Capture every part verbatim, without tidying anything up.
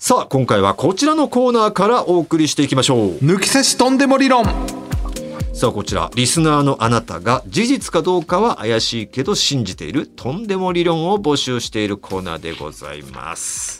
さあ今回はこちらのコーナーからお送りしていきましょう。 抜き差しとんでも理論。 さあこちらリスナーのあなたが事実かどうかは怪しいけど信じているとんでも理論を募集しているコーナーでございます。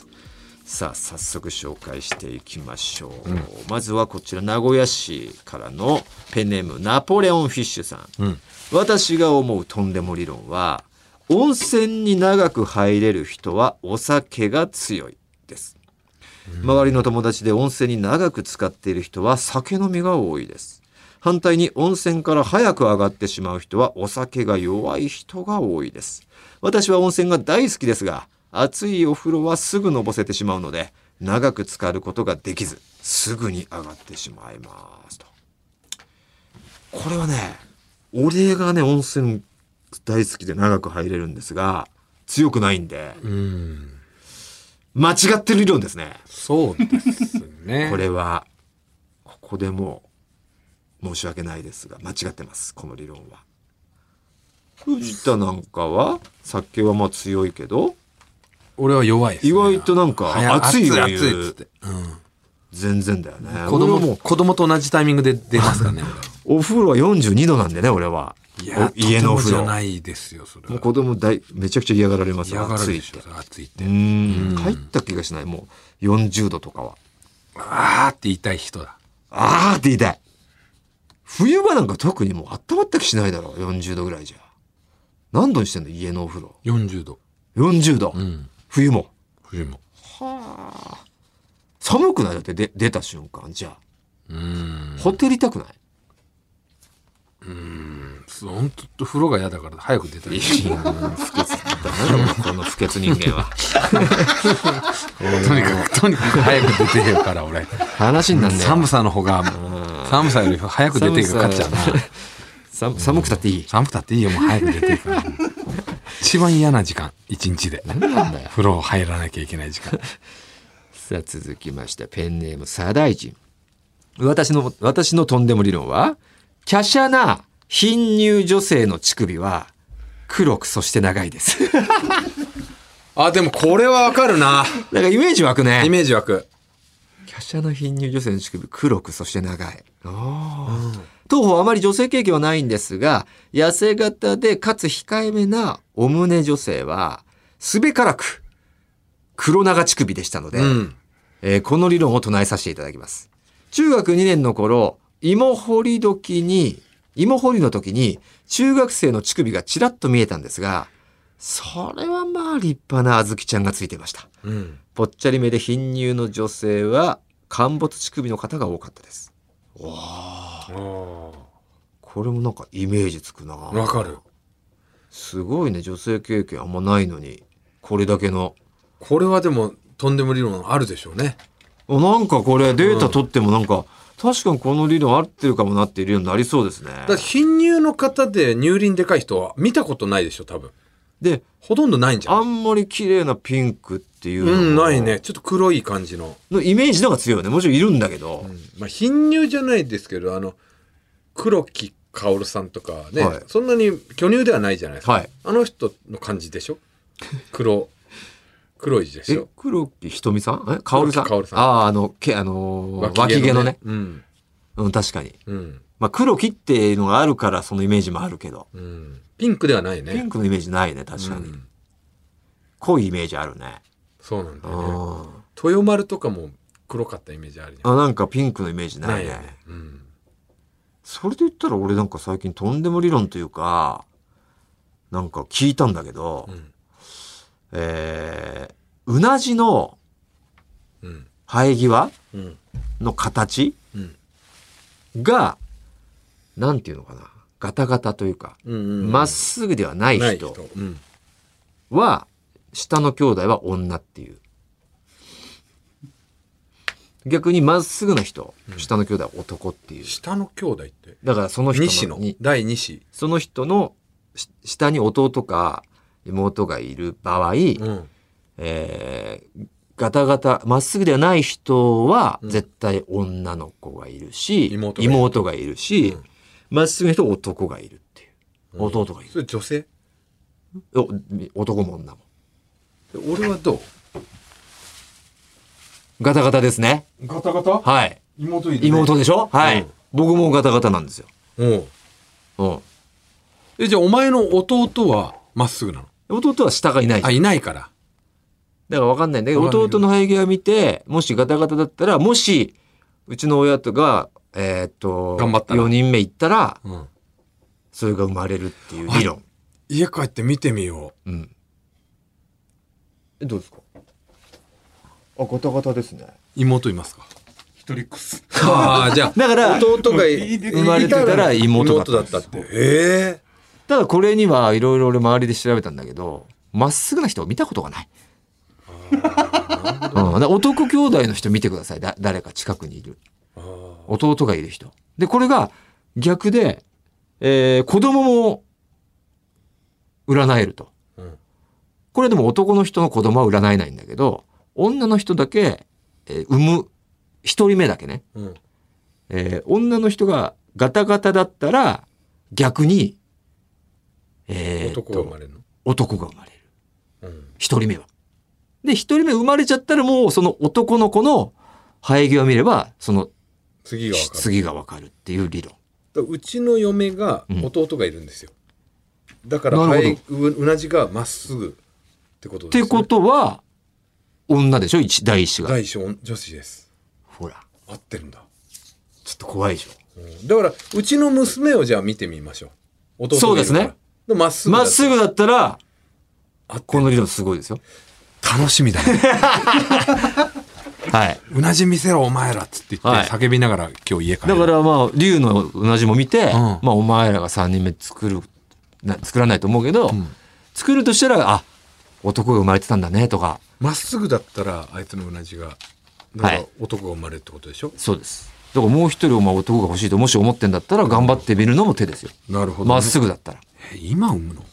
さあ早速紹介していきましょう、うん、まずはこちら名古屋市からのペンネームナポレオンフィッシュさん、うん、私が思うとんでも理論は温泉に長く入れる人はお酒が強いです。周りの友達で温泉に長く浸かっている人は酒飲みが多いです。反対に温泉から早く上がってしまう人はお酒が弱い人が多いです。私は温泉が大好きですが、熱いお風呂はすぐのぼせてしまうので長く浸かることができず、すぐに上がってしまいますと。これはね、俺がね温泉大好きで長く入れるんですが強くないんで、うーん間違ってる理論ですね。 そうですね。 これはここでも申し訳ないですが間違ってます。この理論は。藤田なんかは酒はまあ強いけど俺は弱いですね。 意外となんか熱いお湯熱いっつって、うん、 全然だよね。 子供も子供と同じタイミングで出ますからね。 お風呂はよんじゅうにどなんでね俺は。 いや家のお風呂じゃないですよそれは。 もう子供大めちゃくちゃ嫌がられますよ。 嫌がられるでしょ暑いって。うーん入った気がしない。もうよんじゅうどとかはあーって言いたい人だ。 あーって言いたい。冬場なんか特にもう温まった気しないだろう。よんじゅうどぐらいじゃ。何度にしてんの家のお風呂。 よんじゅうど。 よんじゅうど、うん、冬も冬もはあ寒くない？だってで出た瞬間じゃあうーんホテル痛くない？ うーん本当風呂が嫌だから早く出たい。 不潔だなこの不潔人間は。 とにかくとにかく早く出てよから俺話になんねえ。 寒さの方が寒さより早く出ていくか勝っちゃうな。 寒, 寒くたっていい。 寒くたっていいよもう早く出ていくから。一番嫌な時間一日で。 何なんだよ。 風呂入らなきゃいけない時間。 さあ続きましてペンネーム左大臣。私の私のとんでも理論は華奢な貧乳女性の乳首は黒くそして長いです。 あでもこれはわかるな。 なんかイメージ湧くね。 イメージ湧く。 華奢な貧乳女性の乳首黒くそして長い。あ、うん、当方あまり女性経験はないんですが痩せ型でかつ控えめなお胸女性はすべからく黒長乳首でしたので、うんえー、この理論を唱えさせていただきます。中学にねんの頃芋掘り時に芋掘りの時に中学生の乳首がちらっと見えたんですがそれはまあ立派なあずきちゃんがついてました、うん、ぽっちゃり目で貧乳の女性は陥没乳首の方が多かったです。わあこれもなんかイメージつくな。 わかる。 すごいね。女性経験あんまないのにこれだけの。 これはでもとんでも理論あるでしょうね。 なんかこれデータ取ってもなんか、うん、確かにこの理論合ってるかもなっていう理論になりそうですね。 だって貧乳の方で乳輪でかい人は見たことないでしょ多分。でほとんどないんじゃん。 あんまり綺麗なピンクっていうのも、 うん、ないね。ちょっと黒い感じののイメージのが強いよね。もちろんいるんだけど、 うんまあ、貧乳じゃないですけどあの黒木薫さんとかね、はい、そんなに巨乳ではないじゃないですか、はい、あの人の感じでしょ。黒黒いでしょ。 え黒木ひとみさんえ薫さん薫さんあああのけあのー、脇毛のね、うん、うん、確かに、うんまあ、黒木っていうのがあるからそのイメージもあるけど、うん、 ピンクではないね。 ピンクのイメージないね確かに、うん、濃いイメージあるね。 そうなんだよね。豊丸とかも黒かったイメージあるじゃん。 あなんかピンクのイメージないね。ないよね、うん、それで言ったら俺なんか最近とんでも理論というかなんか聞いたんだけど、うんえー、うなじの生え際の形がなんていうのかなガタガタというかま、うんうん、っすぐではない人は、うん、下の兄弟は女っていう。逆にまっすぐな人、うん、下の兄弟は男っていう。 下の兄弟ってだからその人の西の第二子その人の下に弟か妹がいる場合、うんえー、ガタガタまっすぐではない人は絶対女の子がいるし、うん、妹, が妹がいるしま、うん、っすぐな人は男がいるっていう、うん、弟がいる。 それ女性？ お男も女も。 俺はどう？ ガタガタですね。 ガタガタ？ はい。 妹いるね。 妹でしょ？はい。うん、僕もガタガタなんですよ。 うん。うん。え、じゃあお前の弟はまっすぐなの？ 弟は下がいないじゃん。 あ、いないから。 だから分かんないんだけど、弟の生え際見て、もしガタガタだったら、もし、うちの親とが、えー、っと、 頑張ったらよにんめ行ったら、 うん、 それが生まれるっていう理論。 家帰って見てみよう。うん。え、どうですか？あ、ガタガタですね。 妹いますか？一人っ子す。ああ、じゃあ、 だから、 弟が生まれてたら妹だった。 妹だったって。へえ。 ただこれにはいろいろ俺周りで調べたんだけど、まっすぐな人を見たことがない。うん、男兄弟の人見てください。だ誰か近くにいる。弟がいる人。で、これが逆で、えー、子供も占えると。うん、これでも男の人の子供は占えないんだけど、女の人だけ、えー、産む一人目だけね、うん、えー、女の人がガタガタだったら逆に、えー、 男が生まれるの？ 男が生まれる。一、うん、人目は。で、一人目生まれちゃったらもうその男の子の生え際を見れば、その次がわかる。 次がわかるっていう理論。 うちの嫁が弟がいるんですよ。うん、だから生えう、うなじがまっすぐってことですね。 ってことは、女でしょ？一第一子が。 第一子女子です。 ほら。 合ってるんだ。 ちょっと怖いでしょ。 うん、だから、うちの娘をじゃあ見てみましょう。弟そうですね。 まっすぐ。 まっすぐだったら、この理論すごいですよ。 楽しみだね。 はい。 うなじ見せろお前らっつって言って叫びながら今日家帰る。 だからまあ龍のうなじも見て、うん、まあお前らがさんにんめ作るな作らないと思うけど、うん、作るとしたらあ男が生まれてたんだねとか。 まっすぐだったらあいつのうなじがだから男が生まれるってことでしょ。はい、 そうです。だからもう一人お前男が欲しいともし思ってんだったら頑張ってみるのも手ですよ。 なるほど、ね。 まっすぐだったら。 え今産むの？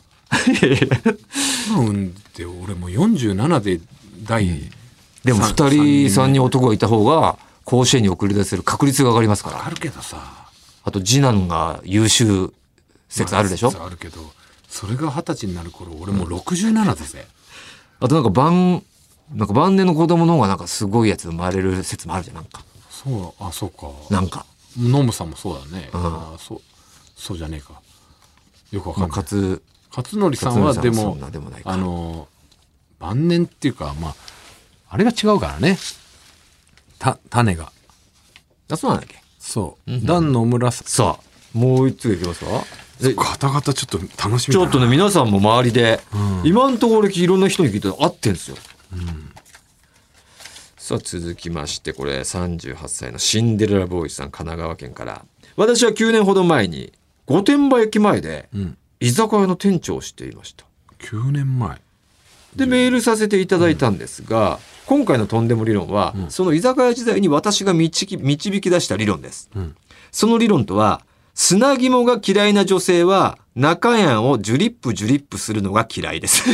今産んで俺もうよんじゅうななで第、うん、 でもふたりさんにん男がいた方が甲子園に送り出せる確率が上がりますから。 あるけどさ。 あと次男が優秀説あるでしょ。 まあ、あるけどそれが二十歳になる頃俺もうろくじゅうななだぜ。 あとなんか晩なんか晩年の子供の方がなんかすごいやつ生まれる説もあるじゃんなんか。 そうあそうか。 なんかノムさんもそうだね。 うん、 あそうそうじゃねえか。よくわかんない。 まあ、勝勝則さんはでもあの晩年っていうかまああれが違うからね。た種が。 あそうなんだっけ。 そう。段野村さん。 さあもう一ついきますか。 ガタガタちょっと楽しみだな。ちょっとね皆さんも周りで、うん、今のところいろんな人に聞いて合ってんですよ。うん、さあ続きましてこれさんじゅうはっさいのシンデレラボーイさん神奈川県から。私はきゅうねんほど前に御殿場駅前で居酒屋の店長をしていました。 きゅうねんまえでメールさせていただいたんですが、うん、今回のとんでも理論は、うん、その居酒屋時代に私が導き、導き出した理論です、うん、その理論とは砂肝が嫌いな女性は中やんをジュリップジュリップするのが嫌いです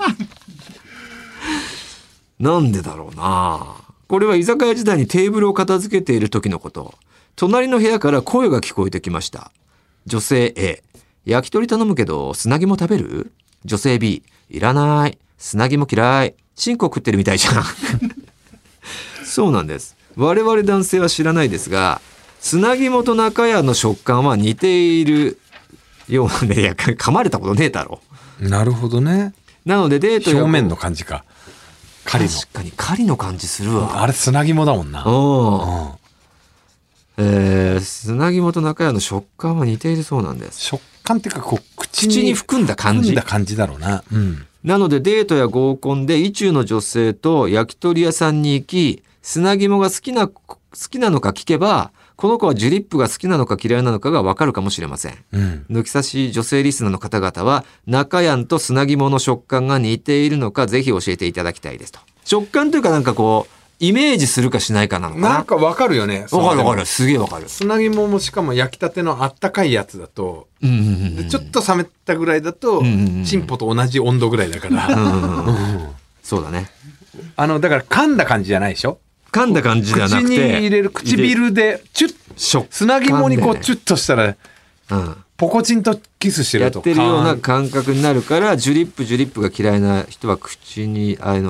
なんでだろうな。これは居酒屋時代にテーブルを片付けている時のこと。隣の部屋から声が聞こえてきました。女性 A、 焼き鳥頼むけど砂肝食べる？女性 B、 いらない、砂肝嫌い、チンコ食ってるみたいじゃんそうなんです。我々男性は知らないですが砂肝と中屋の食感は似ているようなんで、いや噛まれたことねえだろ。 なるほどね。 なのでデートや表面の感じか。 狩りの確かに狩りの感じするわ。 あれ砂肝だもんな。 うんえー、砂肝と中屋の食感は似ているそうなんです。 食感っていうかこう口に、 口に含んだ感じ。 含んだ感じだろうな。うん、 なのでデートや合コンで意中の女性と焼き鳥屋さんに行き砂肝が好きな好きなのか聞けばこの子はジュリップが好きなのか嫌いなのかが分かるかもしれません、うん、抜き差し女性リスナーの方々は中やんと砂肝の食感が似ているのかぜひ教えていただきたいですと。食感というかなんかこうイメージするかしないかなのかな。 なんか分かるよね。 分かる分かるすげえ分かる。 砂肝もしかも焼きたてのあったかいやつだと、うんうんうん、でちょっと冷めたぐらいだと、うんうんうん、チンポと同じ温度ぐらいだから、うんうんうん、 そうだね。 あのだから噛んだ感じじゃないでしょ。 噛んだ感じじゃなくて口に入れる唇でチュッ砂肝にこうチュッとしたら、うん、ポコチンとキスしてるとやってるような感覚になるからジュリップジュリップが嫌いな人は口にああいうのは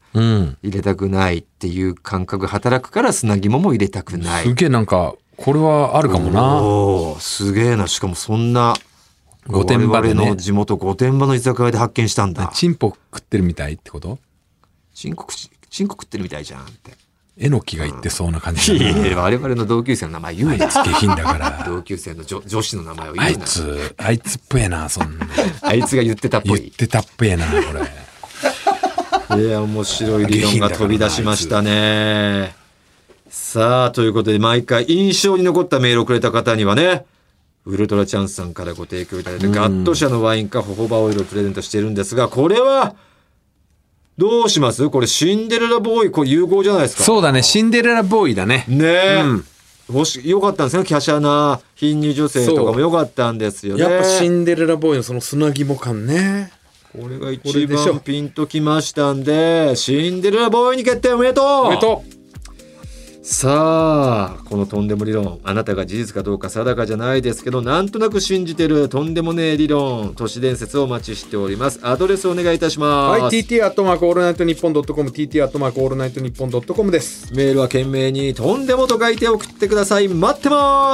うん、 入れたくないっていう感覚が働くから砂肝も入れたくない。 すげえなんかこれはあるかもな。 おーすげえな。しかもそんな御殿場でね、 我々の地元御殿場の居酒屋で発見したんだ。 チンポ食ってるみたいってこと？ チンコチンコ食ってるみたいじゃんって。 えのきが言ってそうな感じだな。 いやいや我々の同級生の名前言うな。 あいつ下品だから同級生の女女子の名前を言うな。 あいつあいつっぽえな、そんなあいつが言ってたっぽい。 言ってたっぽえなこれ。いや面白い理論が飛び出しましたね。さあということで毎回印象に残ったメールをくれた方にはね、ウルトラチャンスさんからご提供いただいたガット社のワインかホホバオイルをプレゼントしているんですが、これはどうします？これシンデレラボーイ、これ有効じゃないですか。 そうだね、シンデレラボーイだね。 ねえ、うん、もしよかったんですね。華奢な貧乳女性とかもよかったんですよね。 やっぱシンデレラボーイのその砂肝感ね、 これが一番ピンときましたんで、シンデレラボーイに決定。おめでとう。 おめでとう。 さあこのとんでも理論、あなたが事実かどうか定かじゃないですけどなんとなく信じてるとんでもねえ理論、都市伝説をお待ちしております。アドレスお願いいたします。 はい、ティーティー アットマークオールナイトニッポンドットコム ティーティー アットマークオールナイトニッポンドットコムです。 メールは懸命にとんでもと書いて送ってください。待ってます。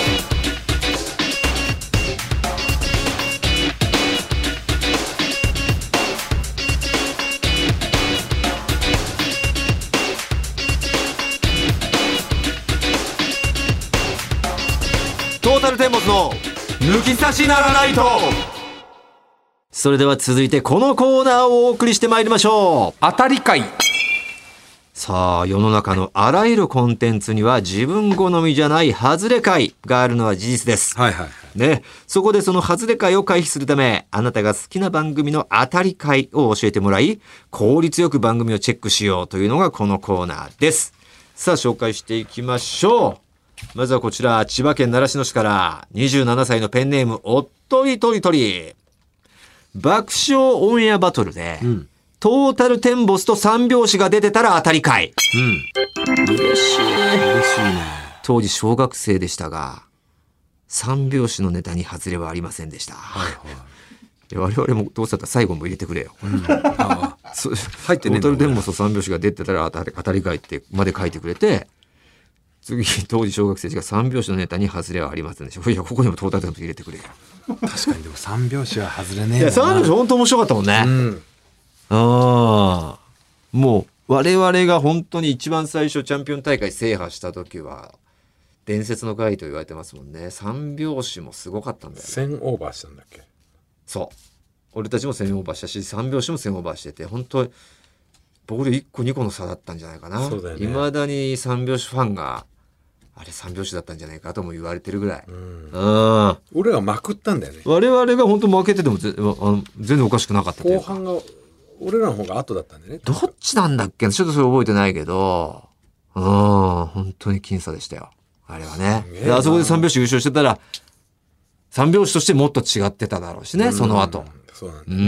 トータルテンボスの抜き差しならないと。それでは続いてこのコーナーをお送りしてまいりましょう。 当たり会。 さあ世の中のあらゆるコンテンツには自分好みじゃない外れ会があるのは事実です、 はいはいはい、 ね、そこでその外れ会を回避するため、あなたが好きな番組の当たり会を教えてもらい、効率よく番組をチェックしようというのがこのコーナーです。さあ紹介していきましょう。まずはこちら、千葉県習志野市からにじゅうななさいのペンネームおっとりとりとり。爆笑オンエアバトルで、うん、トータルテンボスと三拍子が出てたら当たり会、うん、嬉しいね。嬉しいね。当時小学生でしたが三拍子のネタに外れはありませんでした、はいはい、我々もどうせだったら最後も入れてくれよ、うん、あ入ってね、トータルテンボスと三拍子が出てたら当たり、当たり会ってまで書いてくれて、次当時小学生が三拍子のネタに外れはありませんでした。いやここにもトータルテンボス入れてくれよ。 確かにでも三拍子は外れねえ。 いや三拍子本当面白かったもんね、うん、ああもう我々が本当に一番最初チャンピオン大会制覇した時は伝説の回と言われてますもんね。三拍子もすごかったんだよね。 せんオーバーしたんだっけ。 そう俺たちもせんオーバーしたし三拍子もせんオーバーしてて、本当僕でいっこにこの差だったんじゃないかな。そうだよね。未だに三拍子ファンがあれ三拍子だったんじゃないかとも言われてるぐらい、うん、あ俺らまくったんだよね。 我々が本当負けててもぜあの全然おかしくなかったというか。 後半が俺らの方が後だったんだよね。 どっちなんだっけ、ちょっとそれ覚えてないけど、うん、本当に僅差でしたよあれはね。であそこで三拍子優勝してたら三拍子としてもっと違ってただろうしね、うん、その後。そうなんだ、ね、うん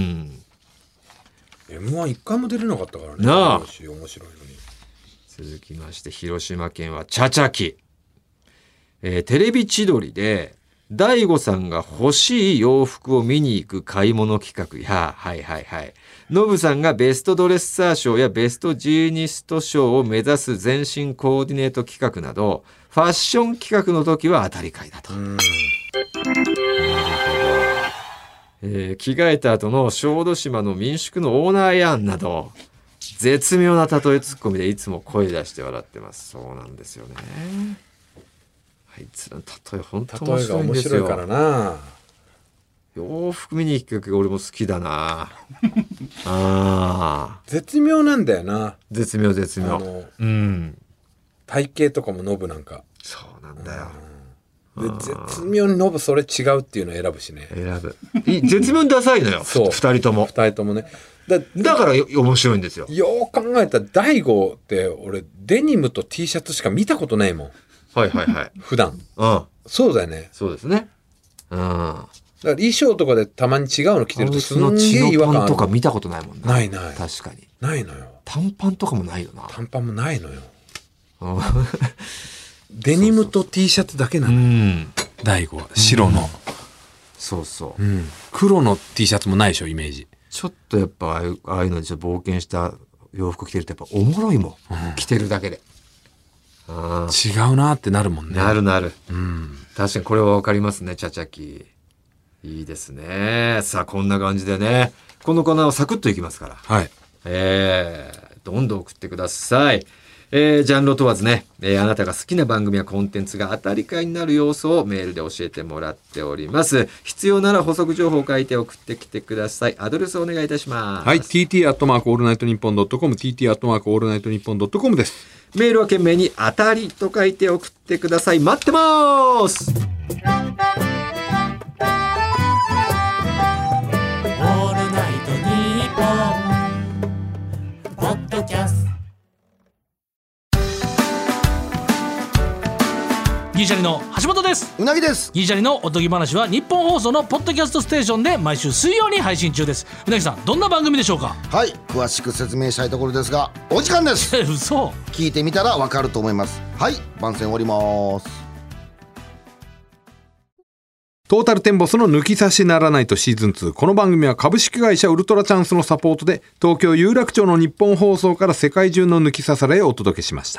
エムワン 一回も出れなかったからね。 なあ面白いのに。 続きまして広島県はチャチャキ、えー、テレビ千鳥で大悟さんが欲しい洋服を見に行く買い物企画や、はいはいはいノブさんがベストドレッサー賞やベストジーニスト賞を目指す全身コーディネート企画などファッション企画の時は当たり会だと。うん、えー、着替えた後の小豆島の民宿のオーナーやんなど絶妙な例えツッコミでいつも声出して笑ってます。そうなんですよね。あいつらの例え本当面白いんですよ。例えが面白いからな。洋服見に行く曲が俺も好きだなあ絶妙なんだよな。 絶妙絶妙。あの、うん、 体型とかもノブなんかそうなんだよ。 で絶妙にノブそれ違うっていうのを選ぶしね。 選ぶ絶妙にダサいのよ。そうふたりともふたりともね。だ, だから面白いんですよ。 よう考えたら大悟って俺デニムと T シャツしか見たことないもん。 はいはいはい普段、うん、そうだよね。 そうですね、うん、だから衣装とかでたまに違うの着てるとすんげえ違和感ある。 とか見たことないもんね。 ないない。 確かにないのよ。 短パンとかもないよな。 短パンもないのよデニムと T シャツだけなの。うん、大悟は白の、うん、 そうそう、 うん、黒の T シャツもないでしょイメージ。 ちょっとやっぱああいう、ああいうのでちょっと冒険した洋服着てるとやっぱおもろいもん、うん、着てるだけであ違うなってなるもんね。 なるなる、うん、確かにこれは分かりますね。チャチャキいいですね。さあこんな感じでねこのコーナーをサクッといきますから、 はい、 えー、どんどん送ってください。えー、ジャンルを問わずね、えー、あなたが好きな番組やコンテンツが当たり前になる要素をメールで教えてもらっております。必要なら補足情報を書いて送ってきてください。アドレスをお願いいたします。 はい、ティーティー アットマークオールナイトニッポンドットコム ティーティー アットマークオールナイトニッポンドットコムです。 メールは懸命に当たりと書いて送ってください。待ってます。 ギリシャリの橋本です。 うなぎです。 ギリシャリのおとぎ話は日本放送のポッドキャストステーションで毎週水曜に配信中です。うなぎさん、どんな番組でしょうか？ はい、詳しく説明したいところですがお時間です。 嘘。 聞いてみたらわかると思います。はい、番宣終わります。 トータルテンボスの抜き差しならないとシーズンツー。この番組は株式会社ウルトラチャンスのサポートで東京有楽町の日本放送から世界中の抜き差されをお届けしました。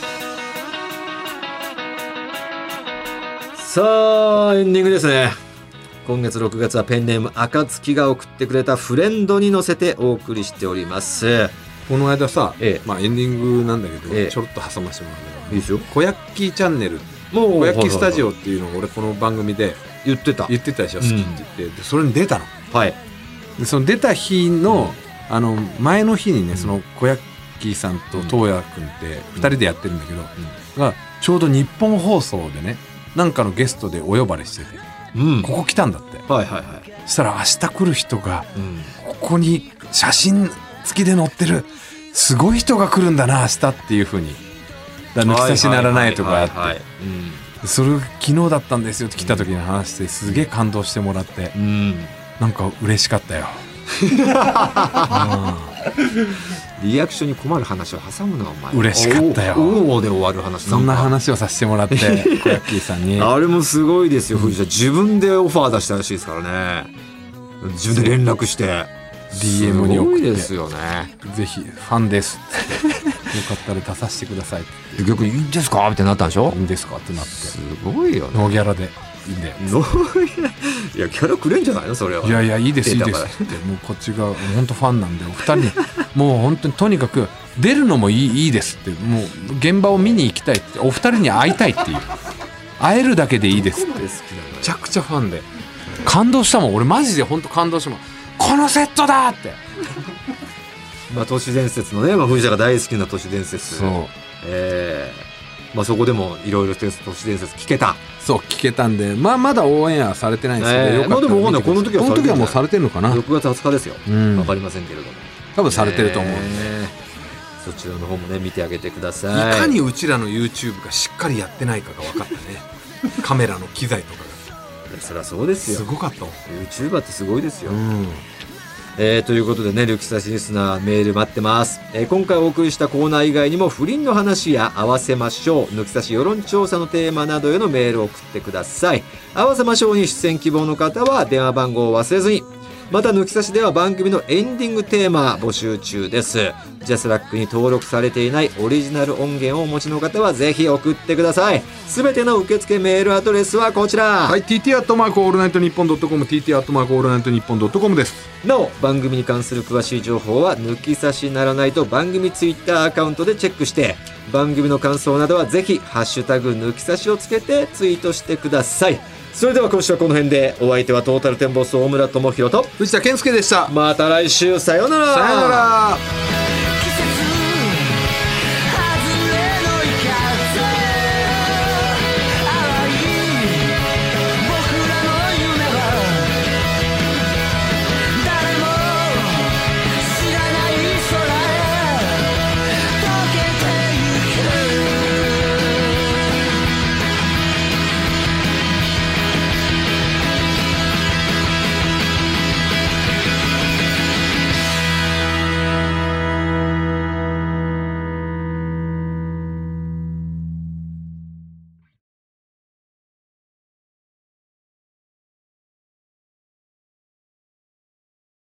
さあエンディングですね。今月ろくがつはペンネーム暁が送ってくれたフレンドに乗せてお送りしております。 この間さ、 ええまあ、エンディングなんだけど、 ええ、 ちょろっと挟ませてもらうけどいいですよ。 小ヤッキーチャンネル小ヤッキースタジオっていうのを俺この番組で言ってた言ってたでしょ、好きって言って、でそれに出たの。 はい。 でその出た日の、うん、あの前の日にね、その小ヤッキーさんと東谷君ってふたりでやってるんだけど、うん、がちょうど日本放送でねなんかのゲストでお呼ばれしてて、うん、ここ来たんだって。 はいはいはい。 そしたら明日来る人が、うん、ここに写真付きで載ってるすごい人が来るんだな明日っていう風にだ抜き差しならないとかあって、それ昨日だったんですよって来た時に話してすげえ感動してもらって、うん、なんか嬉しかったよ。 リアクションに困る話を挟むのはお前嬉しかったよ。 おおで終わる話。 そんな話をさせてもらって小ヤッキーさんにあれもすごいですよ。藤田、うん、自分でオファー出したらしいですからね。自分で連絡して ディーエム に送ってすごいですよね。 ぜひファンですってよかったら出させてくださいって逆にいいんですかってなったんでしょ。 いいんですかってなって、 すごいよね。 ノーギャラでいいんだよ。 いやキャラくれんじゃないのそれは。 いやいやいいですいいですってもうこっちが本当ファンなんでお二人にもう本当にとにかく出るのもいい、いいですってもう現場を見に行きたいってお二人に会いたいっていう会えるだけでいいですってめちゃくちゃファンで感動したもん。俺マジで本当感動したもん。このセットだってまあ都市伝説のね、まあ、藤田が大好きな都市伝説。 そう、 えーまあ、そこでもいろいろ都市伝説聞けた。 そう聞けたんで、まあ、まだオンエアされてないんですけど、えー、よかったら見てください。まあ、でもわかんない。この時はこの時はもうされてるのかな。 ろくがつはつかですよ、うん、わかりませんけれども多分されてると思うんで、えー、そちらの方もね見てあげてください。 いかにうちらの YouTube がしっかりやってないかが分かったねカメラの機材とかがそりゃそうですよ。 すごかったもん。 YouTuber ってすごいですよ、 うんえー、ということでね、ルキサシリスナーメール待ってます、えー、今回お送りしたコーナー以外にも不倫の話や合わせましょう、抜き差し世論調査のテーマなどへのメールを送ってください。合わせましょうに出演希望の方は電話番号を忘れずに。また抜き差しでは番組のエンディングテーマ募集中です。ジャスラックに登録されていないオリジナル音源をお持ちの方はぜひ送ってください。すべての受付メールアドレスはこちら。 はい、ティーティー アットマークオールナイトニッポンドットコム ティーティー アットマークオールナイトニッポンドットコムです。 なお番組に関する詳しい情報は抜き差しならないと番組ツイッターアカウントでチェックして、番組の感想などはぜひハッシュタグ抜き差しをつけてツイートしてください。それでは今週はこの辺で。お相手はトータルテンボス大村智広と藤田健介でした。 また来週、さようなら。 さようなら。